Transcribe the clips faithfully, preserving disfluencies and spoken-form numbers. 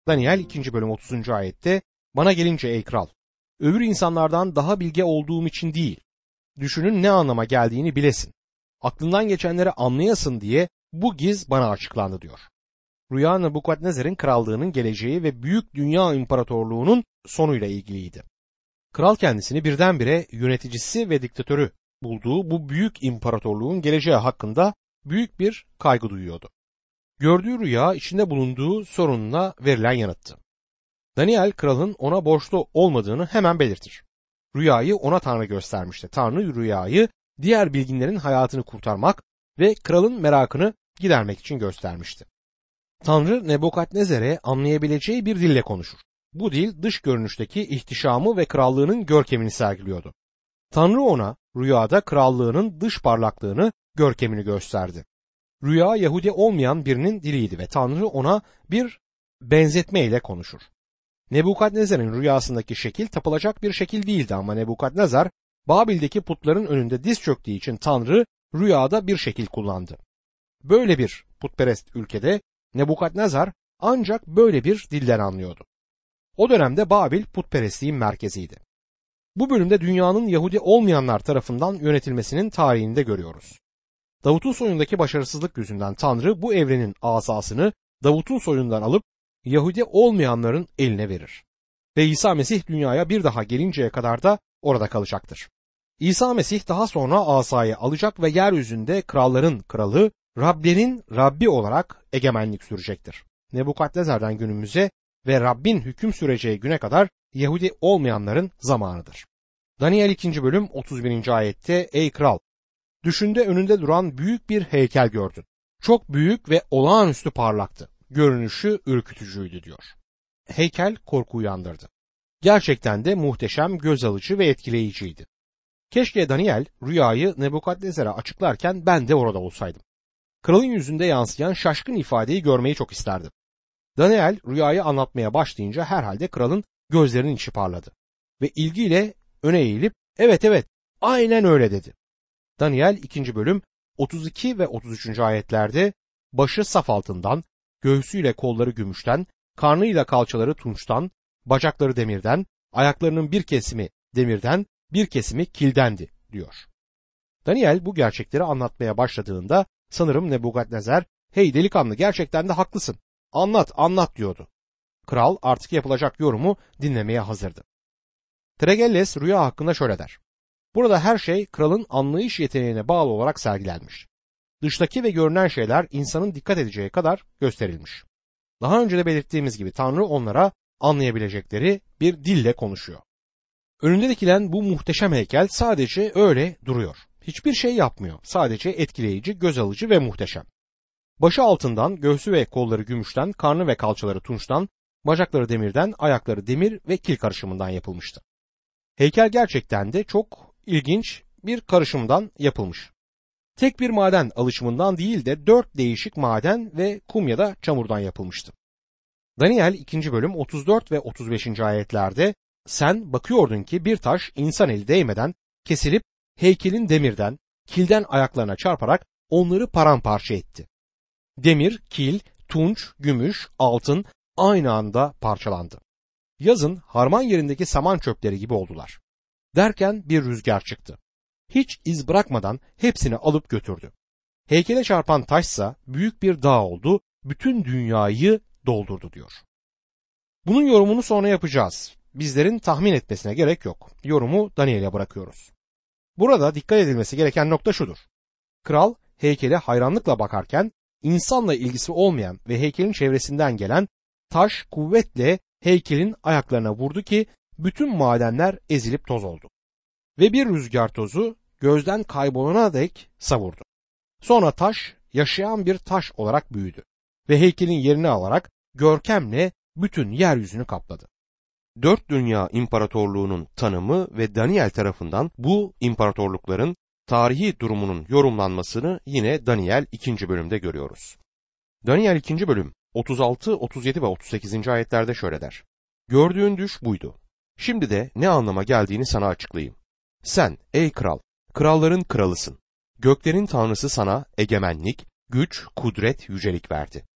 Daniel ikinci bölüm otuzuncu ayette bana gelince ey kral, öbür insanlardan daha bilge olduğum için değil, düşünün ne anlama geldiğini bilesin, aklından geçenleri anlayasın diye bu giz bana açıklandı diyor. Rüya Nebukadnezar'ın krallığının geleceği ve büyük dünya imparatorluğunun sonuyla ilgiliydi. Kral kendisini birdenbire yöneticisi ve diktatörü bulduğu bu büyük imparatorluğun geleceği hakkında büyük bir kaygı duyuyordu. Gördüğü rüya içinde bulunduğu sorunla verilen yanıttı. Daniel kralın ona borçlu olmadığını hemen belirtir. Rüyayı ona Tanrı göstermişti. Tanrı rüyayı diğer bilginlerin hayatını kurtarmak ve kralın merakını gidermek için göstermişti. Tanrı Nebukadnezar'e anlayabileceği bir dille konuşur. Bu dil dış görünüşteki ihtişamı ve krallığının görkemini sergiliyordu. Tanrı ona rüyada krallığının dış parlaklığını, görkemini gösterdi. Rüya Yahudi olmayan birinin diliydi ve Tanrı ona bir benzetme ile konuşur. Nebukadnezar'ın rüyasındaki şekil tapılacak bir şekil değildi ama Nebukadnezar Babil'deki putların önünde diz çöktüğü için Tanrı rüyada bir şekil kullandı. Böyle bir putperest ülkede Nebukadnezar ancak böyle bir dilden anlıyordu. O dönemde Babil putperestliğin merkeziydi. Bu bölümde dünyanın Yahudi olmayanlar tarafından yönetilmesinin tarihini de görüyoruz. Davut'un soyundaki başarısızlık yüzünden Tanrı bu evrenin asasını Davut'un soyundan alıp Yahudi olmayanların eline verir. Ve İsa Mesih dünyaya bir daha gelinceye kadar da orada kalacaktır. İsa Mesih daha sonra asayı alacak ve yeryüzünde kralların kralı, Rablerin Rabbi olarak egemenlik sürecektir. Nebukadnezar'dan günümüze ve Rabbin hüküm süreceği güne kadar Yahudi olmayanların zamanıdır. Daniel ikinci bölüm otuz birinci ayette ey kral, düşünde önünde duran büyük bir heykel gördün. Çok büyük ve olağanüstü parlaktı. Görünüşü ürkütücüydü diyor. Heykel korku uyandırdı. Gerçekten de muhteşem, göz alıcı ve etkileyiciydi. Keşke Daniel rüyayı Nebukadnezar'a açıklarken ben de orada olsaydım. Kralın yüzünde yansıyan şaşkın ifadeyi görmeyi çok isterdim. Daniel rüyayı anlatmaya başlayınca herhalde kralın gözlerinin içi parladı. Ve ilgiyle öne eğilip evet evet aynen öyle dedi. Daniel ikinci bölüm otuz iki ve otuz üçüncü ayetlerde başı saf altından, göğsüyle kolları gümüşten, karnıyla kalçaları tunçtan, bacakları demirden, ayaklarının bir kesimi demirden, bir kesimi kildendi diyor. Daniel bu gerçekleri anlatmaya başladığında sanırım Nebukadnezar, hey delikanlı gerçekten de haklısın, anlat anlat diyordu. Kral artık yapılacak yorumu dinlemeye hazırdı. Tregelles rüya hakkında şöyle der. Burada her şey kralın anlayış yeteneğine bağlı olarak sergilenmiş. Dıştaki ve görünen şeyler insanın dikkat edeceği kadar gösterilmiş. Daha önce de belirttiğimiz gibi Tanrı onlara anlayabilecekleri bir dille konuşuyor. Önünde dikilen bu muhteşem heykel sadece öyle duruyor. Hiçbir şey yapmıyor. Sadece etkileyici, göz alıcı ve muhteşem. Başı altından, göğsü ve kolları gümüşten, karnı ve kalçaları tunçtan, bacakları demirden, ayakları demir ve kil karışımından yapılmıştı. Heykel gerçekten de çok ilginç bir karışımdan yapılmış. Tek bir maden alışımından değil de dört değişik maden ve kum ya da çamurdan yapılmıştı. Daniel ikinci bölüm otuz dört ve otuz beşinci ayetlerde sen bakıyordun ki bir taş insan eli değmeden kesilip heykelin demirden, kilden ayaklarına çarparak onları paramparça etti. Demir, kil, tunç, gümüş, altın aynı anda parçalandı. Yazın harman yerindeki saman çöpleri gibi oldular. Derken bir rüzgar çıktı. Hiç iz bırakmadan hepsini alıp götürdü. Heykele çarpan taşsa büyük bir dağ oldu, bütün dünyayı doldurdu diyor. Bunun yorumunu sonra yapacağız. Bizlerin tahmin etmesine gerek yok. Yorumu Daniel'e bırakıyoruz. Burada dikkat edilmesi gereken nokta şudur. Kral heykele hayranlıkla bakarken insanla ilgisi olmayan ve heykelin çevresinden gelen taş kuvvetle heykelin ayaklarına vurdu ki bütün madenler ezilip toz oldu. Ve bir rüzgar tozu gözden kaybolana dek savurdu. Sonra taş yaşayan bir taş olarak büyüdü ve heykelin yerini alarak görkemle bütün yeryüzünü kapladı. Dört Dünya İmparatorluğu'nun tanımı ve Daniel tarafından bu imparatorlukların tarihi durumunun yorumlanmasını yine Daniel ikinci bölümde görüyoruz. Daniel ikinci bölüm otuz altı, otuz yedi ve otuz sekizinci ayetlerde şöyle der. Gördüğün düş buydu. Şimdi de ne anlama geldiğini sana açıklayayım. Sen ey kral, kralların kralısın. Göklerin tanrısı sana egemenlik, güç, kudret, yücelik verdi.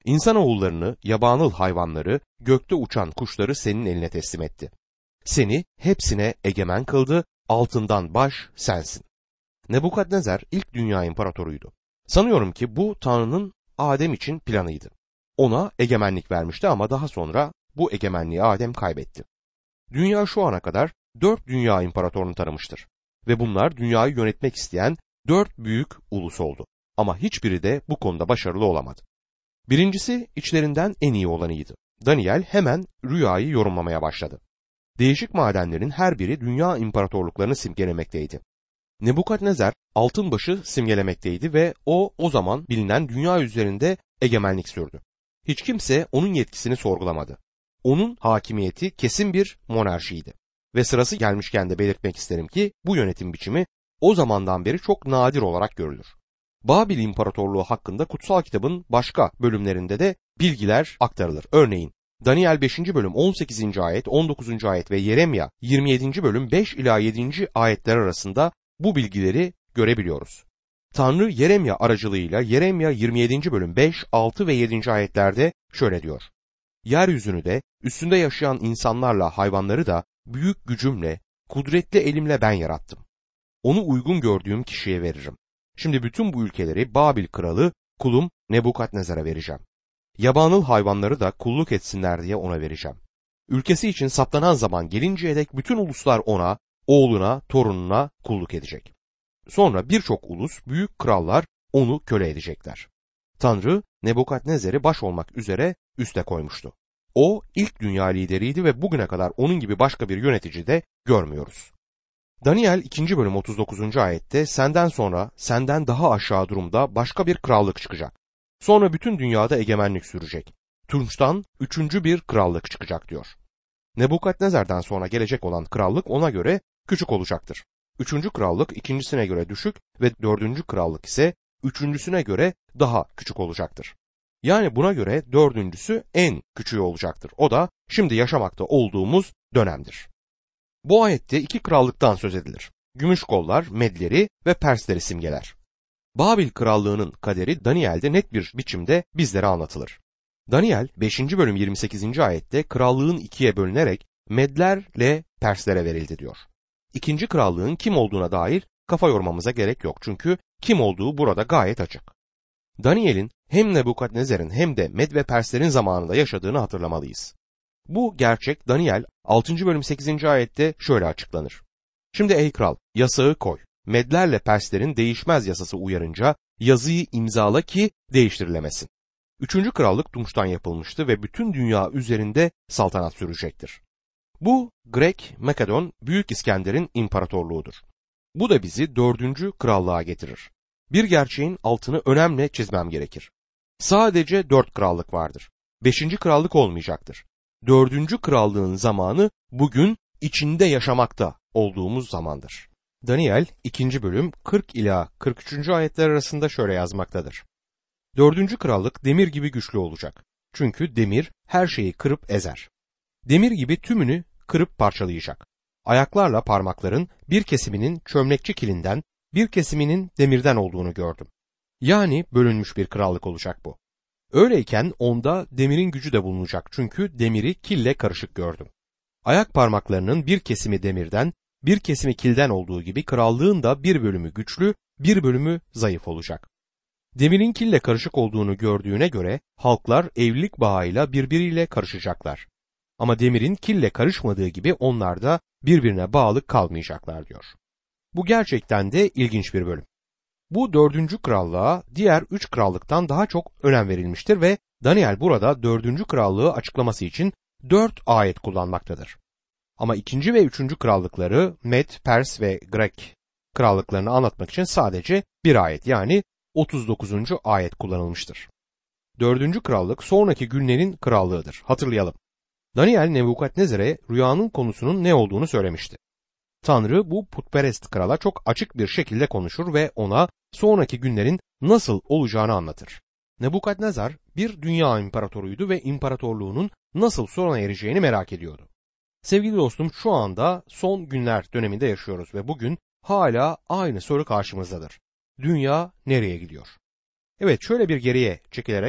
İnsanoğullarını, yabanıl hayvanları, gökte uçan kuşları senin eline teslim etti. Seni hepsine egemen kıldı, altından baş sensin. Nebukadnezar ilk dünya imparatoruydu. Sanıyorum ki bu Tanrı'nın Adem için planıydı. Ona egemenlik vermişti ama daha sonra bu egemenliği Adem kaybetti. Dünya şu ana kadar dört dünya imparatorunu tanımıştır. Ve bunlar dünyayı yönetmek isteyen dört büyük ulus oldu. Ama hiçbiri de bu konuda başarılı olamadı. Birincisi içlerinden en iyi olanıydı. Daniel hemen rüyayı yorumlamaya başladı. Değişik madenlerin her biri dünya imparatorluklarını simgelemekteydi. Nebukadnezar altın başı simgelemekteydi ve o o zaman bilinen dünya üzerinde egemenlik sürdü. Hiç kimse onun yetkisini sorgulamadı. Onun hakimiyeti kesin bir monarşiydi. Ve sırası gelmişken de belirtmek isterim ki bu yönetim biçimi o zamandan beri çok nadir olarak görülür. Babil İmparatorluğu hakkında kutsal kitabın başka bölümlerinde de bilgiler aktarılır. Örneğin Daniel beşinci bölüm on sekizinci ayet, on dokuzuncu ayet ve Yeremya yirmi yedinci bölüm beş ila yedinci ayetler arasında bu bilgileri görebiliyoruz. Tanrı Yeremya aracılığıyla Yeremya yirmi yedinci bölüm beş, altı ve yedinci ayetlerde şöyle diyor. Yeryüzünü de üstünde yaşayan insanlarla hayvanları da büyük gücümle, kudretli elimle ben yarattım. Onu uygun gördüğüm kişiye veririm. Şimdi bütün bu ülkeleri Babil kralı kulum Nebukadnezar'a vereceğim. Yabanıl hayvanları da kulluk etsinler diye ona vereceğim. Ülkesi için saptanan zaman gelinceye dek bütün uluslar ona, oğluna, torununa kulluk edecek. Sonra birçok ulus, büyük krallar onu köle edecekler. Tanrı Nebukadnezar'ı baş olmak üzere üste koymuştu. O ilk dünya lideriydi ve bugüne kadar onun gibi başka bir yönetici de görmüyoruz. Daniel ikinci bölüm otuz dokuzuncu ayette senden sonra senden daha aşağı durumda başka bir krallık çıkacak. Sonra bütün dünyada egemenlik sürecek. Tunç'tan üçüncü bir krallık çıkacak diyor. Nebukadnezar'dan sonra gelecek olan krallık ona göre küçük olacaktır. Üçüncü krallık ikincisine göre düşük ve dördüncü krallık ise üçüncüsüne göre daha küçük olacaktır. Yani buna göre dördüncüsü en küçüğü olacaktır. O da şimdi yaşamakta olduğumuz dönemdir. Bu ayette iki krallıktan söz edilir. Gümüş kollar, Medleri ve Persleri simgeler. Babil krallığının kaderi Daniel'de net bir biçimde bizlere anlatılır. Daniel beşinci bölüm yirmi sekizinci ayette krallığın ikiye bölünerek Medlerle Perslere verildi diyor. İkinci krallığın kim olduğuna dair kafa yormamıza gerek yok çünkü kim olduğu burada gayet açık. Daniel'in hem Nebukadnezar'ın hem de Med ve Perslerin zamanında yaşadığını hatırlamalıyız. Bu gerçek Daniel altıncı bölüm sekizinci ayette şöyle açıklanır. Şimdi ey kral yasağı koy. Medlerle Perslerin değişmez yasası uyarınca yazıyı imzala ki değiştirilemesin. Üçüncü krallık Tunç'tan yapılmıştı ve bütün dünya üzerinde saltanat sürecektir. Bu Grek, Makedon, Büyük İskender'in imparatorluğudur. Bu da bizi dördüncü krallığa getirir. Bir gerçeğin altını önemli çizmem gerekir. Sadece dört krallık vardır. Beşinci krallık olmayacaktır. Dördüncü krallığın zamanı bugün içinde yaşamakta olduğumuz zamandır. Daniel ikinci bölüm kırk ila kırk üçüncü ayetler arasında şöyle yazmaktadır. Dördüncü krallık demir gibi güçlü olacak. Çünkü demir her şeyi kırıp ezer. Demir gibi tümünü kırıp parçalayacak. Ayaklarla parmakların bir kesiminin çömlekçi kilinden, bir kesiminin demirden olduğunu gördüm. Yani bölünmüş bir krallık olacak bu. Öyleyken onda demirin gücü de bulunacak çünkü demiri kille karışık gördüm. Ayak parmaklarının bir kesimi demirden, bir kesimi kilden olduğu gibi krallığın da bir bölümü güçlü, bir bölümü zayıf olacak. Demirin kille karışık olduğunu gördüğüne göre halklar evlilik bağıyla birbiriyle karışacaklar. Ama demirin kille karışmadığı gibi onlar da birbirine bağlı kalmayacaklar diyor. Bu gerçekten de ilginç bir bölüm. Bu dördüncü krallığa diğer üç krallıktan daha çok önem verilmiştir ve Daniel burada dördüncü krallığı açıklaması için dört ayet kullanmaktadır. Ama ikinci ve üçüncü krallıkları Med, Pers ve Grek krallıklarını anlatmak için sadece bir ayet yani otuz dokuzuncu ayet kullanılmıştır. Dördüncü krallık sonraki günlerin krallığıdır. Hatırlayalım. Daniel Nebukadnezar'e rüyanın konusunun ne olduğunu söylemişti. Tanrı bu putperest krala çok açık bir şekilde konuşur ve ona sonraki günlerin nasıl olacağını anlatır. Nebukadnezar bir dünya imparatoruydu ve imparatorluğunun nasıl sona ereceğini merak ediyordu. Sevgili dostum şu anda son günler döneminde yaşıyoruz ve bugün hala aynı soru karşımızdadır. Dünya nereye gidiyor? Evet şöyle bir geriye çekilerek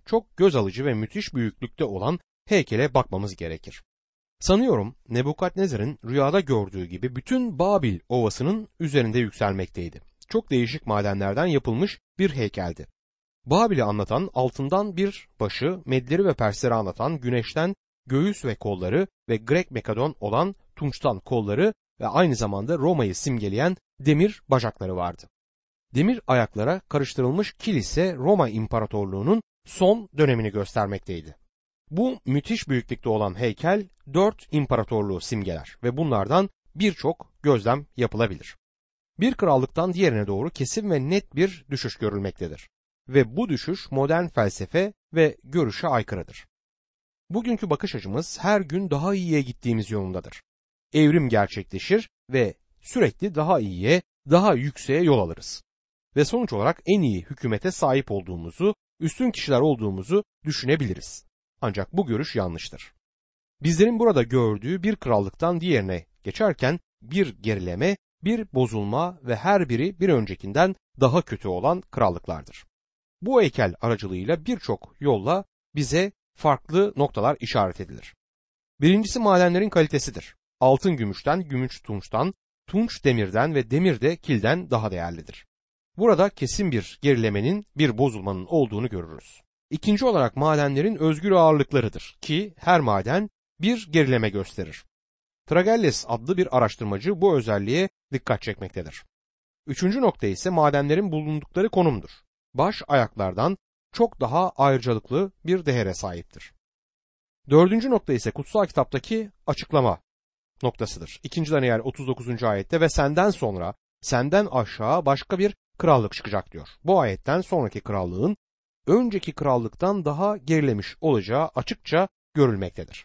çok göz alıcı ve müthiş büyüklükte olan heykele bakmamız gerekir. Sanıyorum Nebukadnezar'ın rüyada gördüğü gibi bütün Babil ovasının üzerinde yükselmekteydi. Çok değişik madenlerden yapılmış bir heykeldi. Babil'i anlatan altından bir başı, Medleri ve Persleri anlatan güneşten göğüs ve kolları ve Grek Makedon olan tunçtan kolları ve aynı zamanda Roma'yı simgeleyen demir bacakları vardı. Demir ayaklara karıştırılmış kil ise Roma İmparatorluğu'nun son dönemini göstermekteydi. Bu müthiş büyüklükte olan heykel dört imparatorluğu simgeler ve bunlardan birçok gözlem yapılabilir. Bir krallıktan diğerine doğru kesin ve net bir düşüş görülmektedir. Ve bu düşüş modern felsefe ve görüşe aykırıdır. Bugünkü bakış açımız her gün daha iyiye gittiğimiz yolundadır. Evrim gerçekleşir ve sürekli daha iyiye, daha yükseğe yol alırız. Ve sonuç olarak en iyi hükümete sahip olduğumuzu, üstün kişiler olduğumuzu düşünebiliriz. Ancak bu görüş yanlıştır. Bizlerin burada gördüğü bir krallıktan diğerine geçerken bir gerileme, bir bozulma ve her biri bir öncekinden daha kötü olan krallıklardır. Bu heykel aracılığıyla birçok yolla bize farklı noktalar işaret edilir. Birincisi madenlerin kalitesidir. Altın gümüşten, gümüş tunçtan, tunç demirden ve demir de kilden daha değerlidir. Burada kesin bir gerilemenin, bir bozulmanın olduğunu görürüz. İkinci olarak madenlerin özgür ağırlıklarıdır ki her maden bir gerileme gösterir. Tragelles adlı bir araştırmacı bu özelliğe dikkat çekmektedir. Üçüncü nokta ise madenlerin bulundukları konumdur. Baş ayaklardan çok daha ayrıcalıklı bir değere sahiptir. Dördüncü nokta ise kutsal kitaptaki açıklama noktasıdır. İkinci Daniel otuz dokuzuncu ayette ve senden sonra senden aşağı başka bir krallık çıkacak diyor. Bu ayetten sonraki krallığın önceki krallıktan daha gerilemiş olacağı açıkça görülmektedir.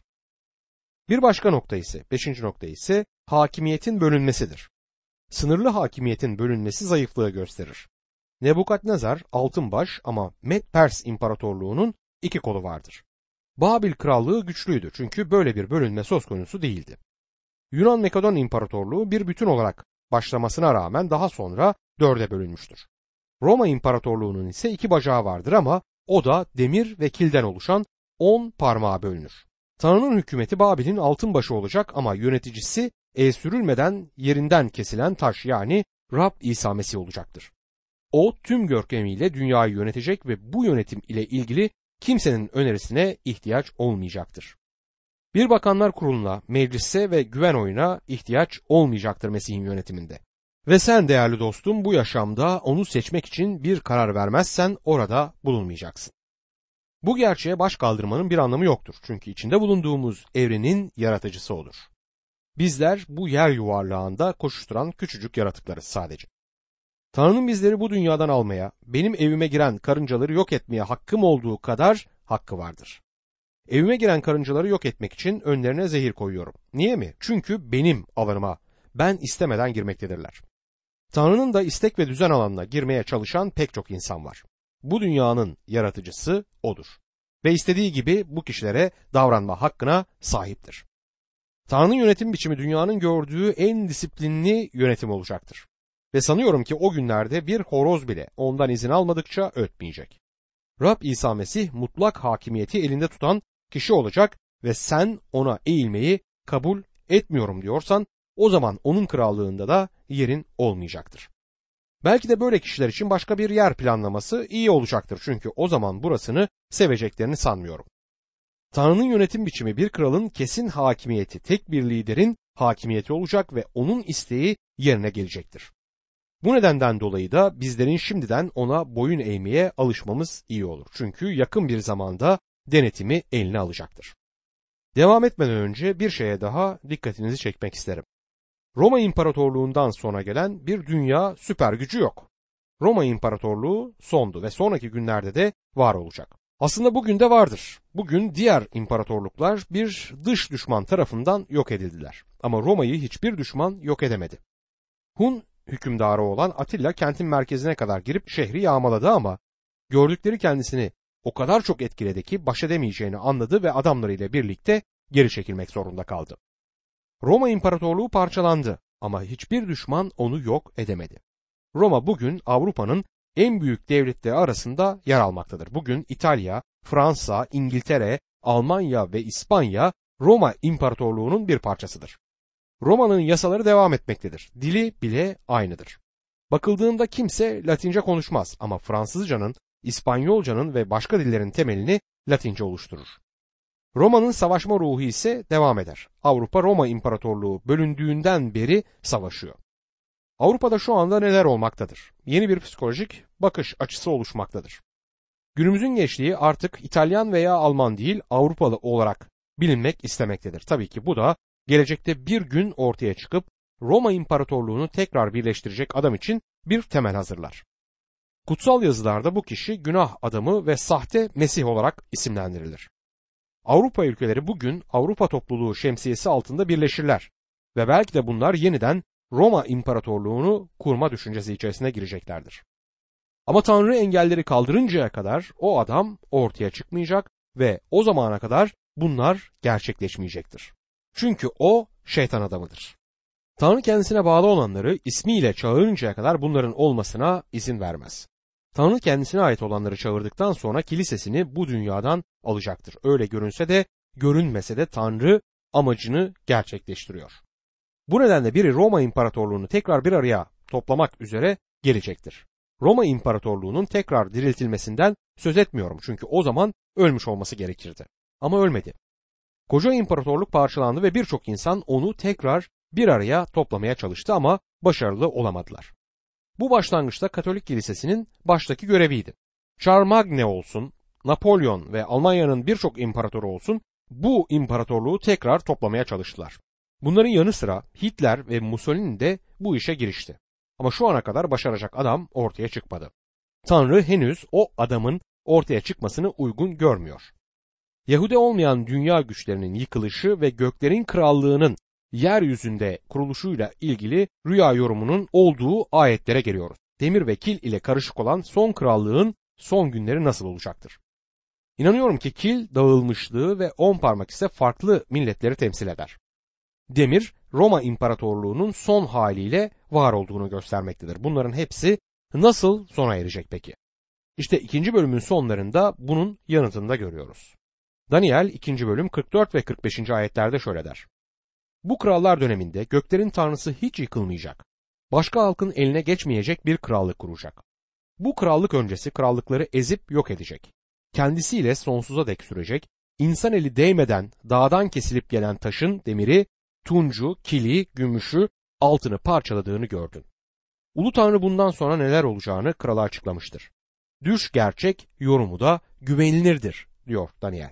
Bir başka nokta ise, beşinci nokta ise hakimiyetin bölünmesidir. Sınırlı hakimiyetin bölünmesi zayıflığı gösterir. Nebukadnezar altın baş ama Med-Pers İmparatorluğu'nun iki kolu vardır. Babil krallığı güçlüydü çünkü böyle bir bölünme söz konusu değildi. Yunan Makedon İmparatorluğu bir bütün olarak başlamasına rağmen daha sonra dörde bölünmüştür. Roma İmparatorluğu'nun ise iki bacağı vardır ama o da demir ve kilden oluşan on parmağa bölünür. Tanrı'nın hükümeti Babil'in altın başı olacak ama yöneticisi el sürülmeden yerinden kesilen taş yani Rab İsa Mesih olacaktır. O tüm görkemiyle dünyayı yönetecek ve bu yönetim ile ilgili kimsenin önerisine ihtiyaç olmayacaktır. Bir bakanlar kuruluna, meclise ve güven oyuna ihtiyaç olmayacaktır Mesih'in yönetiminde. Ve sen değerli dostum bu yaşamda onu seçmek için bir karar vermezsen orada bulunmayacaksın. Bu gerçeğe baş kaldırmanın bir anlamı yoktur. Çünkü içinde bulunduğumuz evrenin yaratıcısı odur. Bizler bu yer yuvarlağında koşuşturan küçücük yaratıklarız sadece. Tanrı'nın bizleri bu dünyadan almaya, benim evime giren karıncaları yok etmeye hakkım olduğu kadar hakkı vardır. Evime giren karıncaları yok etmek için önlerine zehir koyuyorum. Niye mi? Çünkü benim alanıma, ben istemeden girmektedirler. Tanrı'nın da istek ve düzen alanına girmeye çalışan pek çok insan var. Bu dünyanın yaratıcısı odur. Ve istediği gibi bu kişilere davranma hakkına sahiptir. Tanrı'nın yönetim biçimi dünyanın gördüğü en disiplinli yönetim olacaktır. Ve sanıyorum ki o günlerde bir horoz bile ondan izin almadıkça ötmeyecek. Rab İsa Mesih mutlak hakimiyeti elinde tutan kişi olacak ve sen ona eğilmeyi kabul etmiyorum diyorsan o zaman onun krallığında da yerin olmayacaktır. Belki de böyle kişiler için başka bir yer planlaması iyi olacaktır çünkü o zaman burasını seveceklerini sanmıyorum. Tanrı'nın yönetim biçimi bir kralın kesin hakimiyeti, tek bir liderin hakimiyeti olacak ve onun isteği yerine gelecektir. Bu nedenden dolayı da bizlerin şimdiden ona boyun eğmeye alışmamız iyi olur. Çünkü yakın bir zamanda denetimi eline alacaktır. Devam etmeden önce bir şeye daha dikkatinizi çekmek isterim. Roma İmparatorluğundan sonra gelen bir dünya süper gücü yok. Roma İmparatorluğu sondu ve sonraki günlerde de var olacak. Aslında bugün de vardır. Bugün diğer imparatorluklar bir dış düşman tarafından yok edildiler. Ama Roma'yı hiçbir düşman yok edemedi. Hun hükümdarı olan Atilla kentin merkezine kadar girip şehri yağmaladı ama gördükleri kendisini o kadar çok etkiledi ki baş edemeyeceğini anladı ve adamlarıyla birlikte geri çekilmek zorunda kaldı. Roma İmparatorluğu parçalandı ama hiçbir düşman onu yok edemedi. Roma bugün Avrupa'nın en büyük devletleri arasında yer almaktadır. Bugün İtalya, Fransa, İngiltere, Almanya ve İspanya Roma İmparatorluğu'nun bir parçasıdır. Roma'nın yasaları devam etmektedir. Dili bile aynıdır. Bakıldığında kimse Latince konuşmaz ama Fransızcanın, İspanyolcanın ve başka dillerin temelini Latince oluşturur. Roma'nın savaşma ruhu ise devam eder. Avrupa Roma İmparatorluğu bölündüğünden beri savaşıyor. Avrupa'da şu anda neler olmaktadır? Yeni bir psikolojik bakış açısı oluşmaktadır. Günümüzün gençliği artık İtalyan veya Alman değil, Avrupalı olarak bilinmek istemektedir. Tabii ki bu da gelecekte bir gün ortaya çıkıp Roma İmparatorluğu'nu tekrar birleştirecek adam için bir temel hazırlar. Kutsal yazılarda bu kişi günah adamı ve sahte Mesih olarak isimlendirilir. Avrupa ülkeleri bugün Avrupa topluluğu şemsiyesi altında birleşirler ve belki de bunlar yeniden Roma İmparatorluğu'nu kurma düşüncesi içerisine gireceklerdir. Ama Tanrı engelleri kaldırıncaya kadar o adam ortaya çıkmayacak ve o zamana kadar bunlar gerçekleşmeyecektir. Çünkü o şeytan adamıdır. Tanrı kendisine bağlı olanları ismiyle çağırıncaya kadar bunların olmasına izin vermez. Tanrı kendisine ait olanları çağırdıktan sonra kilisesini bu dünyadan alacaktır. Öyle görünse de görünmese de Tanrı amacını gerçekleştiriyor. Bu nedenle biri Roma İmparatorluğu'nu tekrar bir araya toplamak üzere gelecektir. Roma İmparatorluğu'nun tekrar diriltilmesinden söz etmiyorum çünkü o zaman ölmüş olması gerekirdi. Ama ölmedi. Koca imparatorluk parçalandı ve birçok insan onu tekrar bir araya toplamaya çalıştı ama başarılı olamadılar. Bu başlangıçta Katolik Kilisesi'nin baştaki göreviydi. Charlemagne olsun, Napolyon ve Almanya'nın birçok imparatoru olsun bu imparatorluğu tekrar toplamaya çalıştılar. Bunların yanı sıra Hitler ve Mussolini de bu işe girişti. Ama şu ana kadar başaracak adam ortaya çıkmadı. Tanrı henüz o adamın ortaya çıkmasını uygun görmüyor. Yahudi olmayan dünya güçlerinin yıkılışı ve göklerin krallığının yeryüzünde kuruluşuyla ilgili rüya yorumunun olduğu ayetlere geliyoruz. Demir ve kil ile karışık olan son krallığın son günleri nasıl olacaktır? İnanıyorum ki kil dağılmışlığı ve on parmak ise farklı milletleri temsil eder. Demir Roma İmparatorluğu'nun son haliyle var olduğunu göstermektedir. Bunların hepsi nasıl sona erecek peki? İşte ikinci bölümün sonlarında bunun yanıtını da görüyoruz. Daniel ikinci bölüm kırk dört ve kırk beşinci ayetlerde şöyle der. Bu krallar döneminde göklerin tanrısı hiç yıkılmayacak. Başka halkın eline geçmeyecek bir krallık kuracak. Bu krallık öncesi krallıkları ezip yok edecek. Kendisiyle sonsuza dek sürecek. İnsan eli değmeden dağdan kesilip gelen taşın demiri, tuncu, kili, gümüşü, altını parçaladığını gördün. Ulu Tanrı bundan sonra neler olacağını krala açıklamıştır. Düş gerçek, yorumu da güvenilirdir diyor Daniel.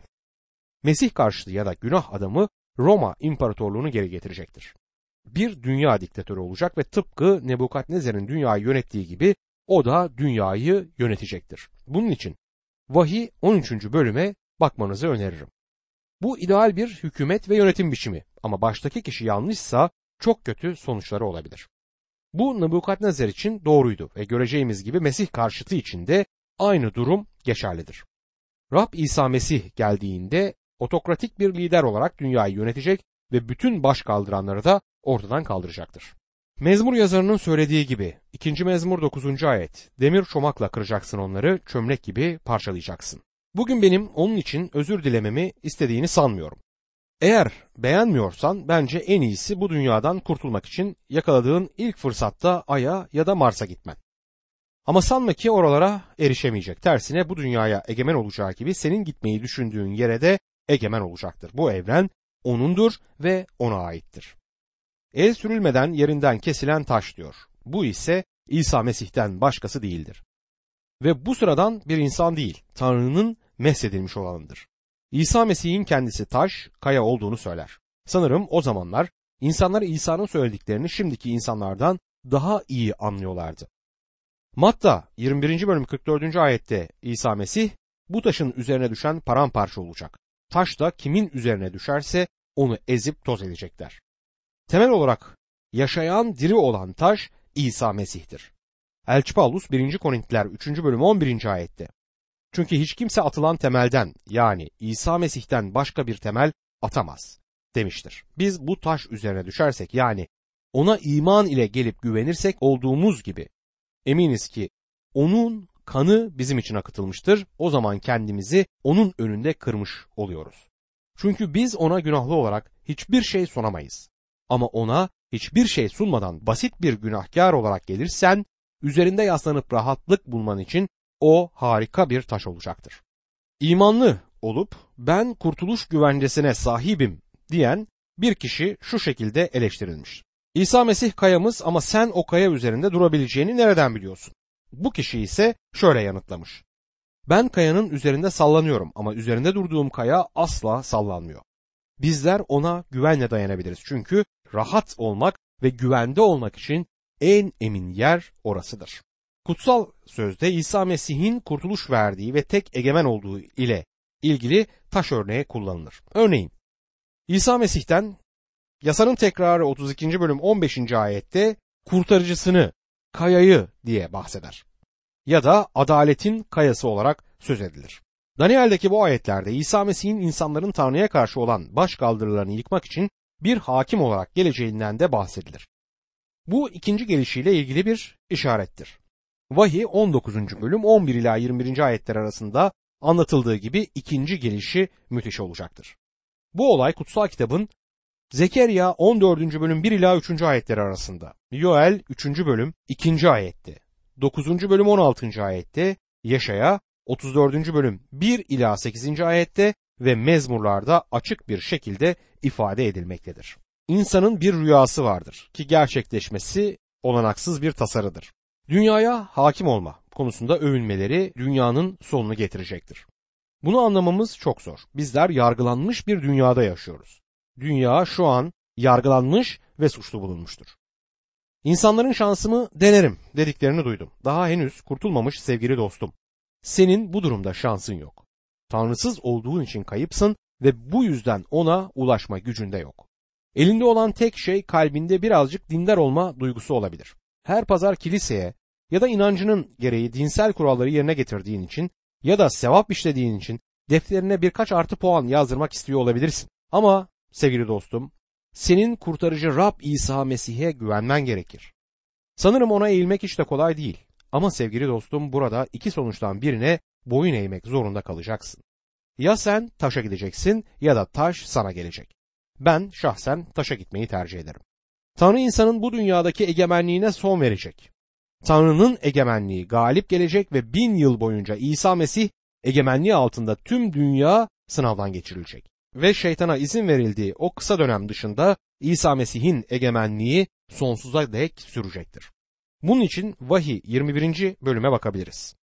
Mesih karşıtı ya da günah adamı Roma İmparatorluğunu geri getirecektir. Bir dünya diktatörü olacak ve tıpkı Nebukadnezar'ın dünyayı yönettiği gibi o da dünyayı yönetecektir. Bunun için Vahiy on üçüncü bölüme bakmanızı öneririm. Bu ideal bir hükümet ve yönetim biçimi ama baştaki kişi yanlışsa çok kötü sonuçları olabilir. Bu Nebukadnezar için doğruydu ve göreceğimiz gibi Mesih karşıtı için de aynı durum geçerlidir. Rab İsa Mesih geldiğinde otokratik bir lider olarak dünyayı yönetecek ve bütün baş kaldıranları da ortadan kaldıracaktır. Mezmur yazarının söylediği gibi ikinci mezmur dokuzuncu ayet, demir çomakla kıracaksın onları, çömlek gibi parçalayacaksın. Bugün benim onun için özür dilememi istediğini sanmıyorum. Eğer beğenmiyorsan bence en iyisi bu dünyadan kurtulmak için yakaladığın ilk fırsatta Ay'a ya da Mars'a gitmen. Ama sanma ki oralara erişemeyecek. Tersine bu dünyaya egemen olacağı gibi senin gitmeyi düşündüğün yere de egemen olacaktır. Bu evren O'nundur ve O'na aittir. El sürülmeden yerinden kesilen taş diyor. Bu ise İsa Mesih'ten başkası değildir. Ve bu sıradan bir insan değil, Tanrı'nın meshedilmiş olanıdır. İsa Mesih'in kendisi taş, kaya olduğunu söyler. Sanırım o zamanlar insanlar İsa'nın söylediklerini şimdiki insanlardan daha iyi anlıyorlardı. Matta yirmi birinci bölüm kırk dördüncü ayette İsa Mesih bu taşın üzerine düşen paramparça olacak. Taş da kimin üzerine düşerse onu ezip toz edecekler. Temel olarak yaşayan diri olan taş İsa Mesih'tir. Elçi Paulus birinci Korintiler üçüncü bölüm on birinci ayette. Çünkü hiç kimse atılan temelden yani İsa Mesih'ten başka bir temel atamaz demiştir. Biz bu taş üzerine düşersek yani ona iman ile gelip güvenirsek olduğumuz gibi eminiz ki onun kanı bizim için akıtılmıştır. O zaman kendimizi onun önünde kırmış oluyoruz. Çünkü biz ona günahlı olarak hiçbir şey sunamayız. Ama ona hiçbir şey sunmadan basit bir günahkar olarak gelirsen, üzerinde yaslanıp rahatlık bulman için o harika bir taş olacaktır. İmanlı olup ben kurtuluş güvencesine sahibim diyen bir kişi şu şekilde eleştirilmiş. İsa Mesih kayamız ama sen o kaya üzerinde durabileceğini nereden biliyorsun? Bu kişi ise şöyle yanıtlamış. Ben kayanın üzerinde sallanıyorum ama üzerinde durduğum kaya asla sallanmıyor. Bizler ona güvenle dayanabiliriz çünkü rahat olmak ve güvende olmak için en emin yer orasıdır. Kutsal sözde İsa Mesih'in kurtuluş verdiği ve tek egemen olduğu ile ilgili taş örneği kullanılır. Örneğin İsa Mesih'ten Yasanın Tekrarı otuz ikinci bölüm on beşinci ayette kurtarıcısını, kayayı diye bahseder. Ya da adaletin kayası olarak söz edilir. Daniel'deki bu ayetlerde İsa Mesih'in insanların Tanrı'ya karşı olan başkaldırılarını yıkmak için bir hakim olarak geleceğinden de bahsedilir. Bu ikinci gelişiyle ilgili bir işarettir. Vahiy on dokuzuncu bölüm on bir ila yirmi birinci ayetler arasında anlatıldığı gibi ikinci gelişi müthiş olacaktır. Bu olay kutsal kitabın Zekeriya on dördüncü bölüm bir ila üçüncü ayetleri arasında, Yoel üçüncü bölüm ikinci ayette, dokuzuncu bölüm on altıncı ayette, Yeşaya otuz dördüncü bölüm bir ila sekizinci ayette ve mezmurlarda açık bir şekilde ifade edilmektedir. İnsanın bir rüyası vardır ki gerçekleşmesi olanaksız bir tasarıdır. Dünyaya hakim olma konusunda övünmeleri dünyanın sonunu getirecektir. Bunu anlamamız çok zor. Bizler yargılanmış bir dünyada yaşıyoruz. Dünya şu an yargılanmış ve suçlu bulunmuştur. İnsanların şansımı denerim dediklerini duydum. Daha henüz kurtulmamış sevgili dostum. Senin bu durumda şansın yok. Tanrısız olduğun için kayıpsın ve bu yüzden ona ulaşma gücünde yok. Elinde olan tek şey kalbinde birazcık dindar olma duygusu olabilir. Her pazar kiliseye ya da inancının gereği dinsel kuralları yerine getirdiğin için ya da sevap işlediğin için defterine birkaç artı puan yazdırmak istiyor olabilirsin. Ama sevgili dostum, senin kurtarıcı Rab İsa Mesih'e güvenmen gerekir. Sanırım ona eğilmek hiç de kolay değil. Ama sevgili dostum, burada iki sonuçtan birine boyun eğmek zorunda kalacaksın. Ya sen taşa gideceksin ya da taş sana gelecek. Ben şahsen taşa gitmeyi tercih ederim. Tanrı insanın bu dünyadaki egemenliğine son verecek. Tanrı'nın egemenliği galip gelecek ve bin yıl boyunca İsa Mesih egemenliği altında tüm dünya sınavdan geçirilecek. Ve şeytana izin verildiği o kısa dönem dışında İsa Mesih'in egemenliği sonsuza dek sürecektir. Bunun için Vahiy yirmi birinci bölüme bakabiliriz.